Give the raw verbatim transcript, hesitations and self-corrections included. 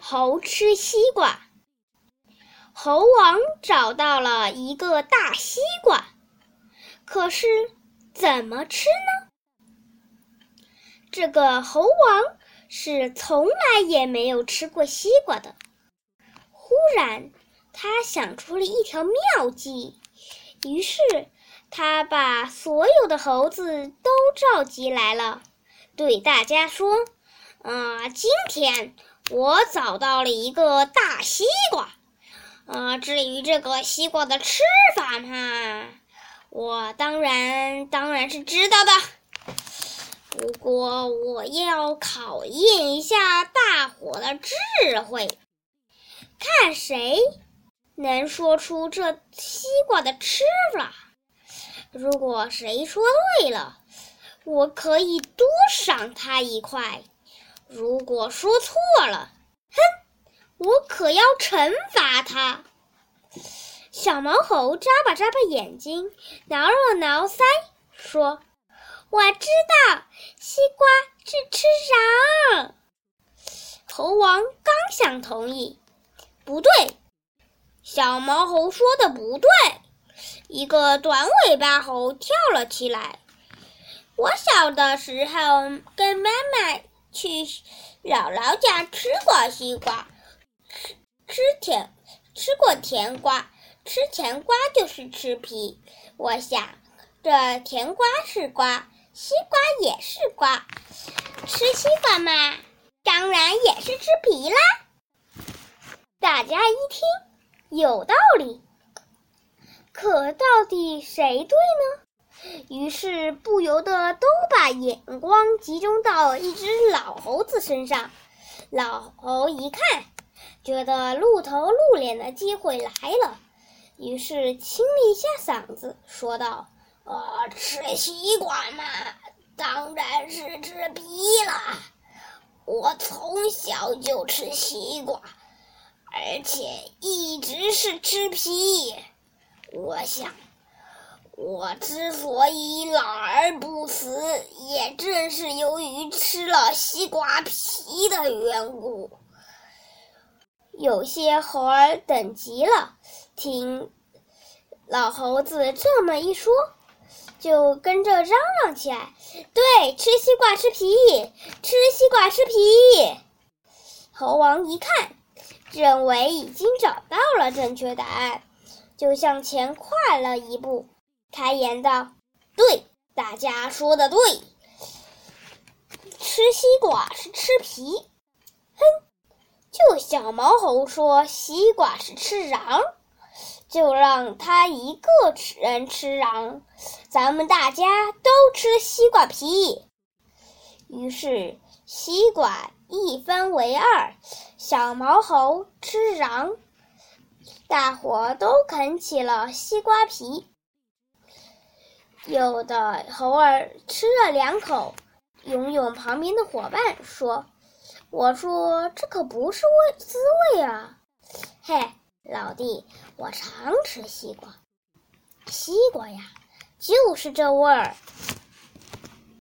猴吃西瓜。猴王找到了一个大西瓜，可是怎么吃呢？这个猴王是从来也没有吃过西瓜的。忽然，他想出了一条妙计，于是他把所有的猴子都召集来了，对大家说：“啊，今天我找到了一个大西瓜。啊，至于这个西瓜的吃法嘛，我当然当然是知道的。不过我要考验一下大伙的智慧，看谁能说出这西瓜的吃法。如果谁说对了，我可以多赏他一块；如果说错了，哼！我可要惩罚他。”小毛猴眨巴眨巴眼睛，挠了挠腮，说：“我知道，西瓜是吃瓤。”猴王刚想同意，不对，小毛猴说的不对。一个短尾巴猴跳了起来：“我小的时候跟妈妈去姥姥家吃过西瓜，吃吃甜吃过甜瓜，吃甜瓜就是吃皮。我想，这甜瓜是瓜，西瓜也是瓜，吃西瓜嘛，当然也是吃皮啦。”大家一听，有道理。可到底谁对呢？于是不由得都把眼光集中到一只老猴子身上。老猴一看，觉得露头露脸的机会来了，于是清了一下嗓子，说道：“呃，吃西瓜嘛，当然是吃皮了。我从小就吃西瓜，而且一直是吃皮。我想，我之所以老而不死，也正是由于吃了西瓜皮的缘故。”有些猴儿等急了，听老猴子这么一说，就跟着嚷嚷起来：“对，吃西瓜吃皮，吃西瓜吃皮！”猴王一看，认为已经找到了正确答案，就向前跨了一步，开言道：“对，大家说的对，吃西瓜是吃皮。”哼！就小毛猴说西瓜是吃瓤，就让他一个人吃瓤，咱们大家都吃西瓜皮。于是西瓜一分为二，小毛猴吃瓤，大伙都啃起了西瓜皮。有的猴儿吃了两口，拥拥旁边的伙伴说：“我说这可不是味滋味啊！嘿，老弟，我常吃西瓜，西瓜呀，就是这味儿。”